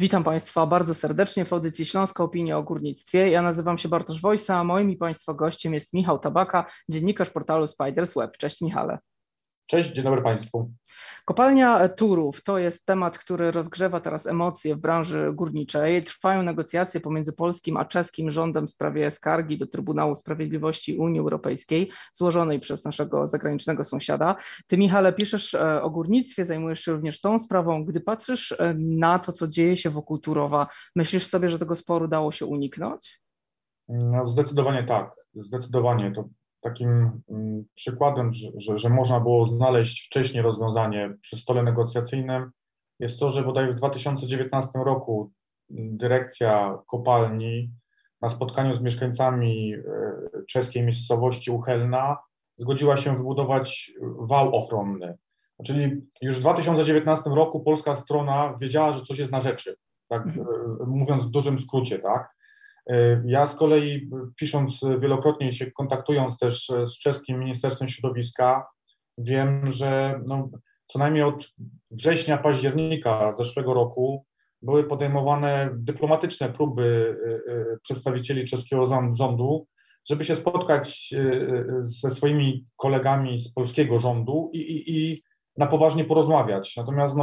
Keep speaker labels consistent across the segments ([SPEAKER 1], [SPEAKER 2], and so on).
[SPEAKER 1] Witam Państwa bardzo serdecznie w audycji Śląska Opinia o Górnictwie. Ja nazywam się Bartosz Wojsa, a moim i Państwa gościem jest Michał Tabaka, dziennikarz portalu Spiders Web. Cześć Michale.
[SPEAKER 2] Cześć, dzień dobry Państwu.
[SPEAKER 1] Kopalnia Turów to jest temat, który rozgrzewa teraz emocje w branży górniczej. Trwają negocjacje pomiędzy polskim a czeskim rządem w sprawie skargi do Trybunału Sprawiedliwości Unii Europejskiej złożonej przez naszego zagranicznego sąsiada. Ty, Michale, piszesz o górnictwie, zajmujesz się również tą sprawą. Gdy patrzysz na to, co dzieje się wokół Turowa, myślisz sobie, że tego sporu dało się uniknąć?
[SPEAKER 2] No, zdecydowanie tak, zdecydowanie. To takim przykładem, że można było znaleźć wcześniej rozwiązanie przy stole negocjacyjnym jest to, że bodaj w 2019 roku dyrekcja kopalni na spotkaniu z mieszkańcami czeskiej miejscowości Uchelna zgodziła się wybudować wał ochronny. Czyli już w 2019 roku polska strona wiedziała, że coś jest na rzeczy, tak, mówiąc w dużym skrócie, tak. Ja z kolei, pisząc wielokrotnie, się kontaktując też z czeskim Ministerstwem Środowiska, wiem, że co najmniej od września, października zeszłego roku były podejmowane dyplomatyczne próby przedstawicieli czeskiego rządu, żeby się spotkać ze swoimi kolegami z polskiego rządu i na poważnie porozmawiać. Natomiast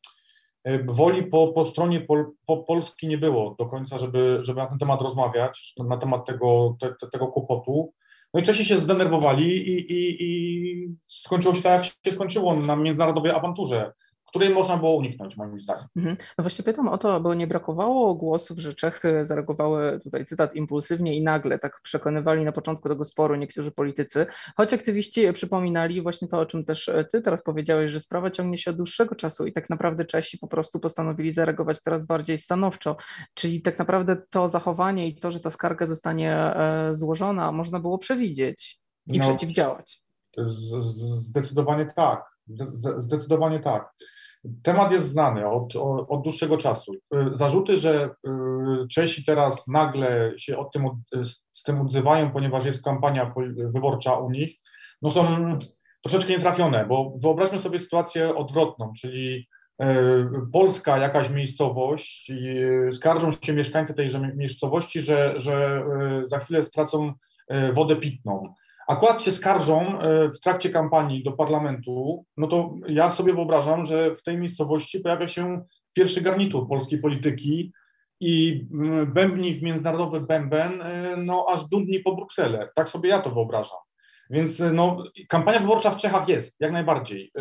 [SPEAKER 2] woli po stronie Polski nie było do końca, żeby na ten temat rozmawiać, na temat tego kłopotu. No i Czesi się zdenerwowali i skończyło się tak, jak się skończyło na międzynarodowej awanturze, której można było uniknąć, moim zdaniem.
[SPEAKER 1] No właśnie pytam o to, bo nie brakowało głosów, że Czechy zareagowały, tutaj cytat, impulsywnie i nagle, tak przekonywali na początku tego sporu niektórzy politycy, choć aktywiści przypominali właśnie to, o czym też ty teraz powiedziałeś, że sprawa ciągnie się od dłuższego czasu i tak naprawdę Czesi po prostu postanowili zareagować teraz bardziej stanowczo, czyli tak naprawdę to zachowanie i to, że ta skarga zostanie złożona, można było przewidzieć i przeciwdziałać.
[SPEAKER 2] Zdecydowanie tak, zdecydowanie tak. Temat jest znany od dłuższego czasu. Zarzuty, że Czesi teraz nagle się z tym odzywają, ponieważ jest kampania wyborcza u nich, są troszeczkę nietrafione, bo wyobraźmy sobie sytuację odwrotną, czyli polska jakaś miejscowość, skarżą się mieszkańcy tejże miejscowości, że za chwilę stracą wodę pitną. Akurat się skarżą w trakcie kampanii do parlamentu, to ja sobie wyobrażam, że w tej miejscowości pojawia się pierwszy garnitur polskiej polityki i bębni w międzynarodowy bęben, aż dudni po Brukselę. Tak sobie ja to wyobrażam. Więc kampania wyborcza w Czechach jest, jak najbardziej.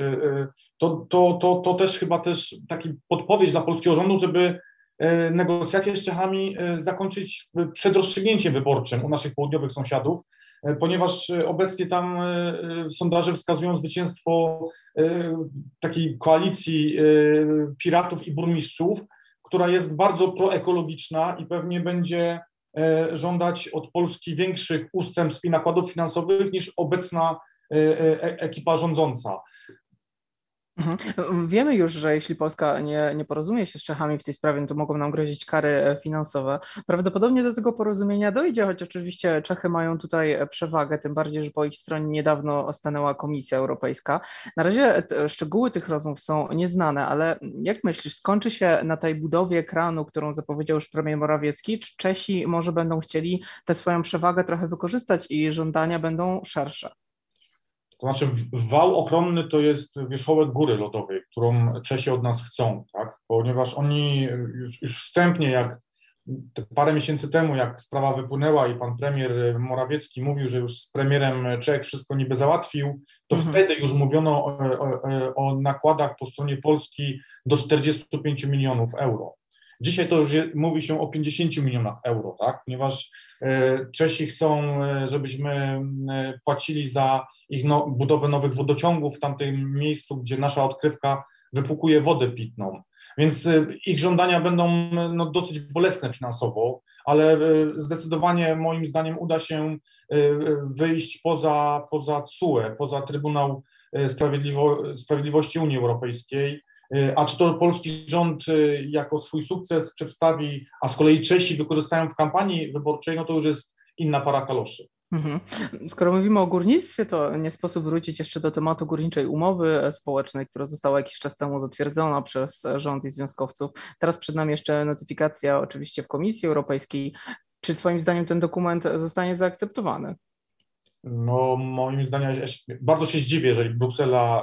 [SPEAKER 2] To też chyba taki podpowiedź dla polskiego rządu, żeby negocjacje z Czechami zakończyć przed rozstrzygnięciem wyborczym u naszych południowych sąsiadów, ponieważ obecnie tam sondaże wskazują zwycięstwo takiej koalicji piratów i burmistrzów, która jest bardzo proekologiczna i pewnie będzie żądać od Polski większych ustępstw i nakładów finansowych niż obecna ekipa rządząca.
[SPEAKER 1] Wiemy już, że jeśli Polska nie porozumie się z Czechami w tej sprawie, to mogą nam grozić kary finansowe. Prawdopodobnie do tego porozumienia dojdzie, choć oczywiście Czechy mają tutaj przewagę, tym bardziej, że po ich stronie niedawno stanęła Komisja Europejska. Na razie szczegóły tych rozmów są nieznane, ale jak myślisz, skończy się na tej budowie kranu, którą zapowiedział już premier Morawiecki, czy Czesi może będą chcieli tę swoją przewagę trochę wykorzystać i żądania będą szersze?
[SPEAKER 2] To znaczy wał ochronny to jest wierzchołek góry lodowej, którą Czesi od nas chcą, tak? Ponieważ oni już wstępnie, jak parę miesięcy temu, jak sprawa wypłynęła i pan premier Morawiecki mówił, że już z premierem Czech wszystko niby załatwił, to wtedy już mówiono o nakładach po stronie Polski do 45 milionów euro. Dzisiaj to już mówi się o 50 milionach euro, tak? Ponieważ Czesi chcą, żebyśmy płacili za ich budowę nowych wodociągów w tamtym miejscu, gdzie nasza odkrywka wypłukuje wodę pitną. Więc ich żądania będą dosyć bolesne finansowo, ale zdecydowanie moim zdaniem uda się wyjść poza TSUE, poza Trybunał Sprawiedliwości Unii Europejskiej. A czy to polski rząd jako swój sukces przedstawi, a z kolei Czesi wykorzystają w kampanii wyborczej, to już jest inna para kaloszy.
[SPEAKER 1] Mhm. Skoro mówimy o górnictwie, to nie sposób wrócić jeszcze do tematu górniczej umowy społecznej, która została jakiś czas temu zatwierdzona przez rząd i związkowców. Teraz przed nami jeszcze notyfikacja oczywiście w Komisji Europejskiej. Czy Twoim zdaniem ten dokument zostanie zaakceptowany?
[SPEAKER 2] No, moim zdaniem bardzo się zdziwię, jeżeli Bruksela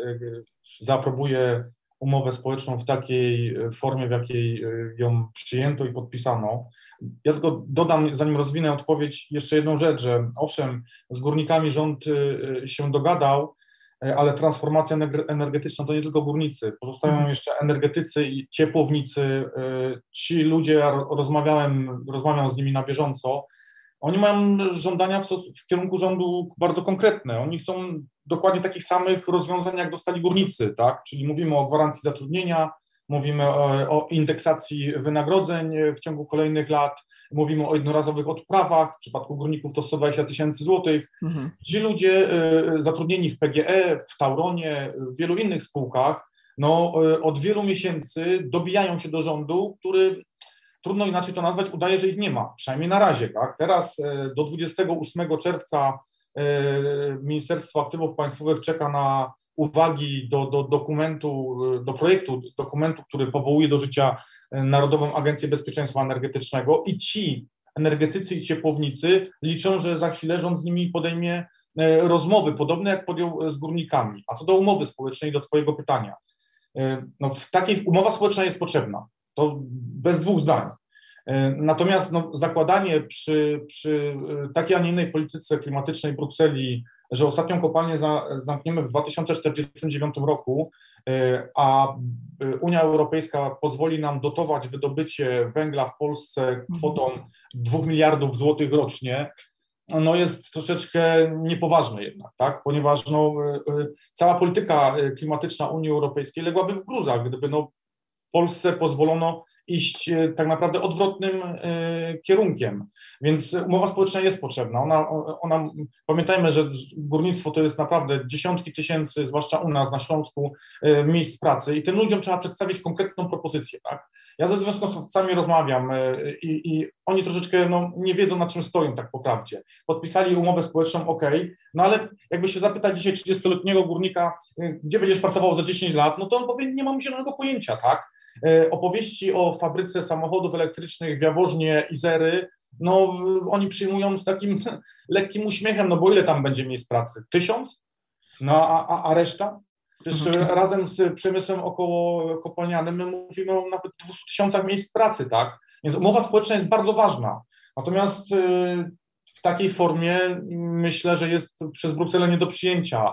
[SPEAKER 2] zaaprobuje umowę społeczną w takiej formie, w jakiej ją przyjęto i podpisano. Ja tylko dodam, zanim rozwinę odpowiedź, jeszcze jedną rzecz, że owszem, z górnikami rząd się dogadał, ale transformacja energetyczna to nie tylko górnicy, pozostają jeszcze energetycy i ciepłownicy. Ci ludzie, ja rozmawiam z nimi na bieżąco, oni mają żądania w kierunku rządu bardzo konkretne. Oni chcą dokładnie takich samych rozwiązań, jak dostali górnicy, tak? Czyli mówimy o gwarancji zatrudnienia, mówimy o indeksacji wynagrodzeń w ciągu kolejnych lat, mówimy o jednorazowych odprawach, w przypadku górników to 120 tysięcy złotych. Ci ludzie zatrudnieni w PGE, w Tauronie, w wielu innych spółkach, no, od wielu miesięcy dobijają się do rządu, który, trudno inaczej to nazwać, udaje, że ich nie ma, przynajmniej na razie. Tak? Teraz do 28 czerwca Ministerstwo Aktywów Państwowych czeka na uwagi do dokumentu, do projektu dokumentu, który powołuje do życia Narodową Agencję Bezpieczeństwa Energetycznego, i ci energetycy i ciepłownicy liczą, że za chwilę rząd z nimi podejmie rozmowy, podobne jak podjął z górnikami. A co do umowy społecznej, do Twojego pytania, no, umowa społeczna jest potrzebna, to bez dwóch zdań. Natomiast no, zakładanie przy takiej, a nie innej polityce klimatycznej Brukseli, że ostatnią kopalnię zamkniemy w 2049 roku, a Unia Europejska pozwoli nam dotować wydobycie węgla w Polsce kwotą 2 miliardów złotych rocznie, no jest troszeczkę niepoważne jednak, tak? Ponieważ no, cała polityka klimatyczna Unii Europejskiej ległaby w gruzach, gdyby no, Polsce pozwolono iść tak naprawdę odwrotnym kierunkiem. Więc umowa społeczna jest potrzebna. Pamiętajmy, że górnictwo to jest naprawdę dziesiątki tysięcy, zwłaszcza u nas na Śląsku, miejsc pracy i tym ludziom trzeba przedstawić konkretną propozycję. Tak? Ja ze związkowcami rozmawiam i oni troszeczkę no, nie wiedzą, na czym stoją tak po prawdzie. Podpisali umowę społeczną, ok, no ale jakby się zapytać dzisiaj 30-letniego górnika, gdzie będziesz pracował za 10 lat, no to on powie, nie mam zielonego pojęcia, tak? Opowieści o fabryce samochodów elektrycznych w Jaworznie, Izery, no oni przyjmują z takim lekkim uśmiechem, no bo ile tam będzie miejsc pracy? 1000? No a reszta? Przecież razem z przemysłem około kopalnianym my mówimy o nawet 200 tysiącach miejsc pracy, tak? Więc umowa społeczna jest bardzo ważna. Natomiast w takiej formie myślę, że jest przez Brukselę nie do przyjęcia.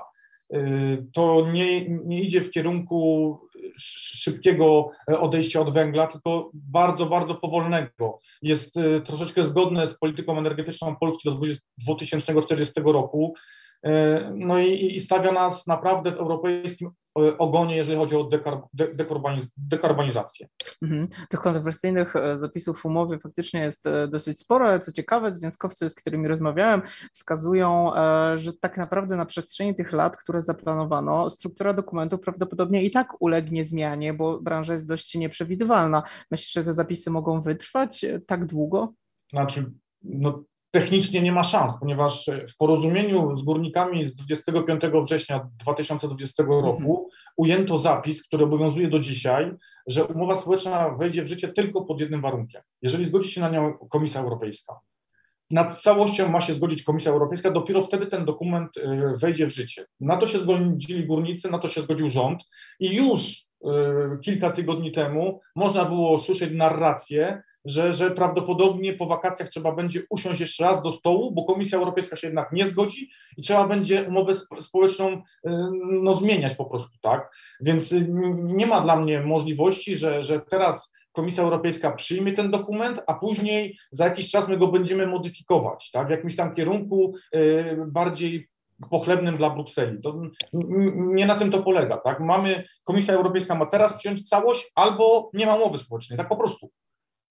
[SPEAKER 2] To nie idzie w kierunku szybkiego odejścia od węgla, tylko bardzo, bardzo powolnego. Jest troszeczkę zgodne z polityką energetyczną Polski do 2040 roku. No i stawia nas naprawdę w europejskim ogonie, jeżeli chodzi o dekarbonizację.
[SPEAKER 1] Tych kontrowersyjnych zapisów w umowie faktycznie jest dosyć sporo, ale co ciekawe, związkowcy, z którymi rozmawiałem, wskazują, że tak naprawdę na przestrzeni tych lat, które zaplanowano, struktura dokumentu prawdopodobnie i tak ulegnie zmianie, bo branża jest dość nieprzewidywalna. Myślisz, że te zapisy mogą wytrwać tak długo?
[SPEAKER 2] Znaczy, no, technicznie nie ma szans, ponieważ w porozumieniu z górnikami z 25 września 2020 roku ujęto zapis, który obowiązuje do dzisiaj, że umowa społeczna wejdzie w życie tylko pod jednym warunkiem. Jeżeli zgodzi się na nią Komisja Europejska. Nad całością ma się zgodzić Komisja Europejska, dopiero wtedy ten dokument wejdzie w życie. Na to się zgodzili górnicy, na to się zgodził rząd i już kilka tygodni temu można było słyszeć narrację, że prawdopodobnie po wakacjach trzeba będzie usiąść jeszcze raz do stołu, bo Komisja Europejska się jednak nie zgodzi i trzeba będzie umowę społeczną no, zmieniać po prostu, tak? Więc nie ma dla mnie możliwości, że teraz Komisja Europejska przyjmie ten dokument, a później za jakiś czas my go będziemy modyfikować, tak? W jakimś tam kierunku bardziej pochlebnym dla Brukseli. To nie na tym to polega, tak? Komisja Europejska ma teraz przyjąć całość albo nie ma umowy społecznej, tak po prostu.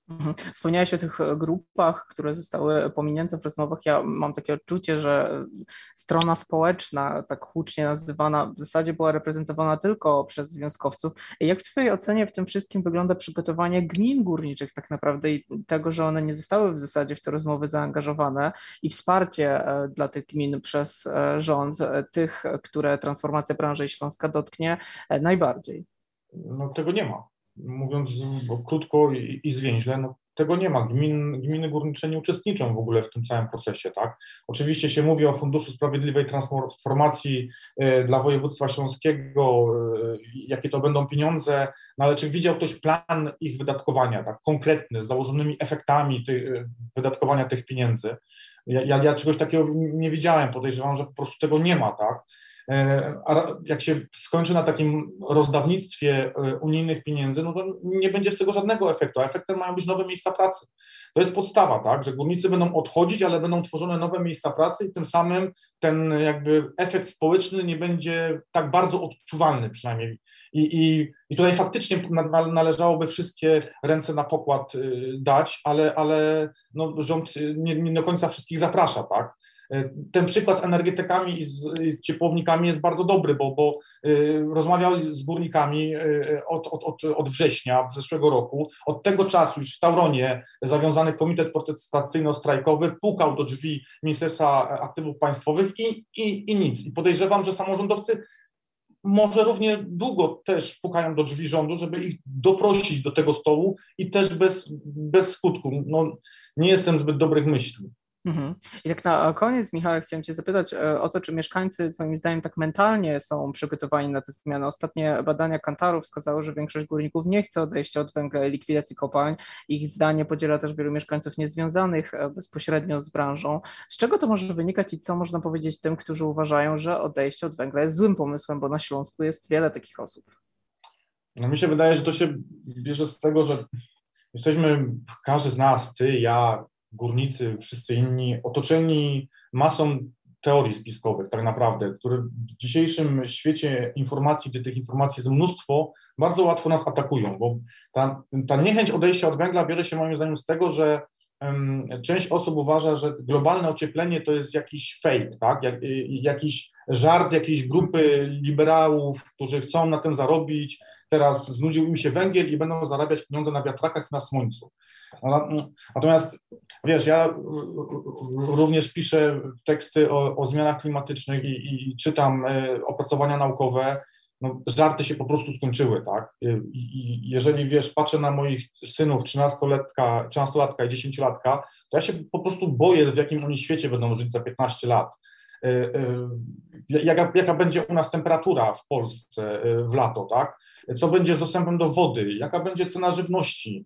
[SPEAKER 1] Wspomniałeś o tych grupach, które zostały pominięte w rozmowach. Ja mam takie odczucie, że strona społeczna, tak hucznie nazywana, w zasadzie była reprezentowana tylko przez związkowców. Jak w Twojej ocenie w tym wszystkim wygląda przygotowanie gmin górniczych tak naprawdę i tego, że one nie zostały w zasadzie w te rozmowy zaangażowane i wsparcie dla tych gmin przez rząd, tych, które transformacja branży Śląska dotknie najbardziej?
[SPEAKER 2] No, tego nie ma. Mówiąc krótko i zwięźle, no, tego nie ma. Gminy górnicze nie uczestniczą w ogóle w tym całym procesie, tak? Oczywiście się mówi o Funduszu Sprawiedliwej Transformacji dla województwa śląskiego, jakie to będą pieniądze, no ale czy widział ktoś plan ich wydatkowania, tak, konkretny, z założonymi efektami wydatkowania tych pieniędzy? Ja czegoś takiego nie widziałem, podejrzewam, że po prostu tego nie ma, tak? A jak się skończy na takim rozdawnictwie unijnych pieniędzy, no to nie będzie z tego żadnego efektu, a efektem mają być nowe miejsca pracy. To jest podstawa, tak, że górnicy będą odchodzić, ale będą tworzone nowe miejsca pracy i tym samym ten jakby efekt społeczny nie będzie tak bardzo odczuwalny przynajmniej. I tutaj faktycznie należałoby wszystkie ręce na pokład dać, ale no, rząd nie do końca wszystkich zaprasza, tak? Ten przykład z energetykami i z ciepłownikami jest bardzo dobry, bo rozmawiał z górnikami od września zeszłego roku. Od tego czasu już w Tauronie zawiązany komitet protestacyjno-strajkowy pukał do drzwi Ministerstwa Aktywów Państwowych i nic. I podejrzewam, że samorządowcy może równie długo też pukają do drzwi rządu, żeby ich doprosić do tego stołu i też bez skutku. No, nie jestem zbyt dobrych myśli.
[SPEAKER 1] I tak na koniec, Michał, chciałem Cię zapytać o to, czy mieszkańcy Twoim zdaniem tak mentalnie są przygotowani na te zmiany. Ostatnie badania Kantaru wskazały, że większość górników nie chce odejścia od węgla i likwidacji kopalń. Ich zdanie podziela też wielu mieszkańców niezwiązanych bezpośrednio z branżą. Z czego to może wynikać i co można powiedzieć tym, którzy uważają, że odejście od węgla jest złym pomysłem, bo na Śląsku jest wiele takich osób?
[SPEAKER 2] No mi się wydaje, że to się bierze z tego, że jesteśmy, każdy z nas, ty, ja, górnicy, wszyscy inni, otoczeni masą teorii spiskowych tak naprawdę, które w dzisiejszym świecie informacji, gdzie tych informacji jest mnóstwo, bardzo łatwo nas atakują, bo ta niechęć odejścia od węgla bierze się moim zdaniem z tego, że część osób uważa, że globalne ocieplenie to jest jakiś fake, tak? Jakiś żart jakiejś grupy liberałów, którzy chcą na tym zarobić, teraz znudził im się węgiel i będą zarabiać pieniądze na wiatrakach i na słońcu. Natomiast wiesz, ja również piszę teksty o zmianach klimatycznych i czytam opracowania naukowe. No, żarty się po prostu skończyły, tak? I jeżeli wiesz, patrzę na moich synów 13-latka i 10-latka, to ja się po prostu boję, w jakim oni świecie będą żyć za 15 lat. Jaka będzie u nas temperatura w Polsce w lato, tak? Co będzie z dostępem do wody, jaka będzie cena żywności.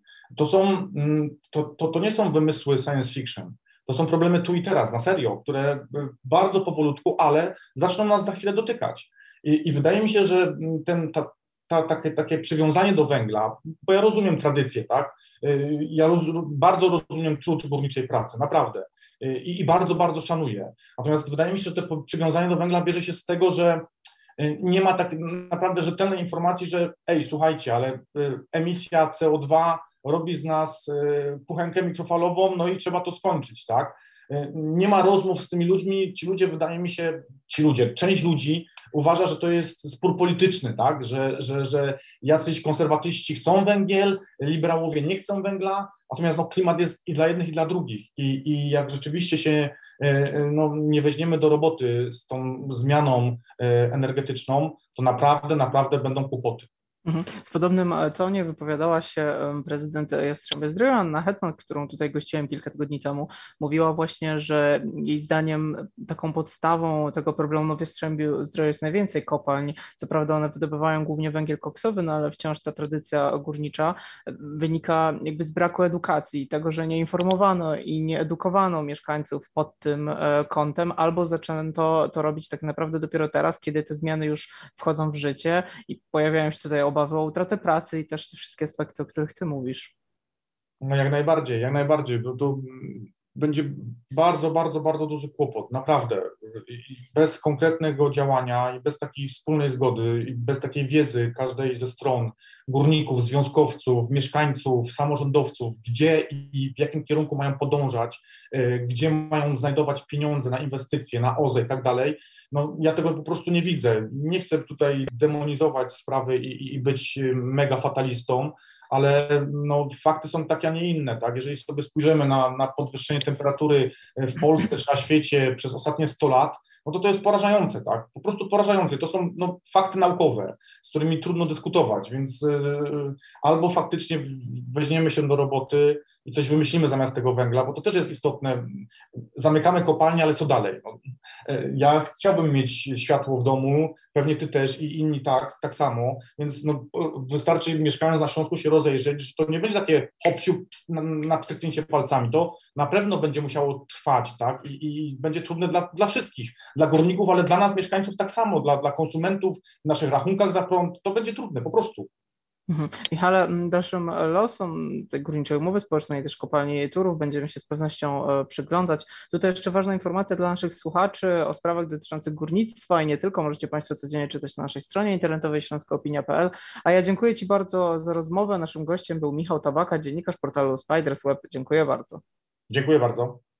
[SPEAKER 2] To nie są wymysły science fiction. To są problemy tu i teraz, na serio, które bardzo powolutku, ale zaczną nas za chwilę dotykać. I wydaje mi się, że takie przywiązanie do węgla, bo ja rozumiem tradycję, tak? Ja bardzo rozumiem trud górniczej pracy, naprawdę. I bardzo, bardzo szanuję. Natomiast wydaje mi się, że to przywiązanie do węgla bierze się z tego, że nie ma tak naprawdę rzetelnej informacji, że słuchajcie, ale emisja CO2 robi z nas kuchenkę mikrofalową, no i trzeba to skończyć, tak? Nie ma rozmów z tymi ludźmi, wydaje mi się, część ludzi uważa, że to jest spór polityczny, tak? Że jacyś konserwatyści chcą węgiel, liberałowie nie chcą węgla, natomiast no, klimat jest i dla jednych, i dla drugich. I jak rzeczywiście się nie weźmiemy do roboty z tą zmianą energetyczną, to naprawdę będą kłopoty.
[SPEAKER 1] W podobnym tonie wypowiadała się prezydent Jastrzębia-Zdroju Anna Hetman, którą tutaj gościłem kilka tygodni temu. Mówiła właśnie, że jej zdaniem taką podstawą tego problemu w Jastrzębiu-Zdroju jest najwięcej kopalń. Co prawda one wydobywają głównie węgiel koksowy, no ale wciąż ta tradycja górnicza wynika jakby z braku edukacji, tego, że nie informowano i nie edukowano mieszkańców pod tym kątem, albo zaczęto to robić tak naprawdę dopiero teraz, kiedy te zmiany już wchodzą w życie i pojawiają się tutaj obawy o utratę pracy i też te wszystkie aspekty, o których ty mówisz.
[SPEAKER 2] No jak najbardziej, jak najbardziej. będzie bardzo, bardzo, bardzo duży kłopot, naprawdę. I bez konkretnego działania i bez takiej wspólnej zgody i bez takiej wiedzy każdej ze stron, górników, związkowców, mieszkańców, samorządowców, gdzie i w jakim kierunku mają podążać, gdzie mają znajdować pieniądze na inwestycje, na OZE i tak dalej, no ja tego po prostu nie widzę. Nie chcę tutaj demonizować sprawy i być mega fatalistą, ale no, fakty są takie, a nie inne. Tak? Jeżeli sobie spojrzymy na podwyższenie temperatury w Polsce czy na świecie przez ostatnie 100 lat, no to jest porażające, tak? Po prostu porażające. To są no, fakty naukowe, z którymi trudno dyskutować, więc albo faktycznie weźmiemy się do roboty i coś wymyślimy zamiast tego węgla, bo to też jest istotne. Zamykamy kopalnię, ale co dalej? No, ja chciałbym mieć światło w domu, pewnie ty też i inni tak samo, więc no, wystarczy mieszkając na Śląsku się rozejrzeć, że to nie będzie takie hop-siup na pstryknięcie palcami, to na pewno będzie musiało trwać, tak, i będzie trudne dla wszystkich, dla górników, ale dla nas mieszkańców tak samo, dla konsumentów, w naszych rachunkach za prąd, to będzie trudne po prostu.
[SPEAKER 1] Michale, dalszym losom tej górniczej umowy społecznej, też kopalni Turów będziemy się z pewnością przyglądać. Tutaj jeszcze ważna informacja dla naszych słuchaczy o sprawach dotyczących górnictwa i nie tylko. Możecie Państwo codziennie czytać na naszej stronie internetowej śląskoopinia.pl. A ja dziękuję Ci bardzo za rozmowę. Naszym gościem był Michał Tabaka, dziennikarz portalu Spiders Web. Dziękuję bardzo.
[SPEAKER 2] Dziękuję bardzo.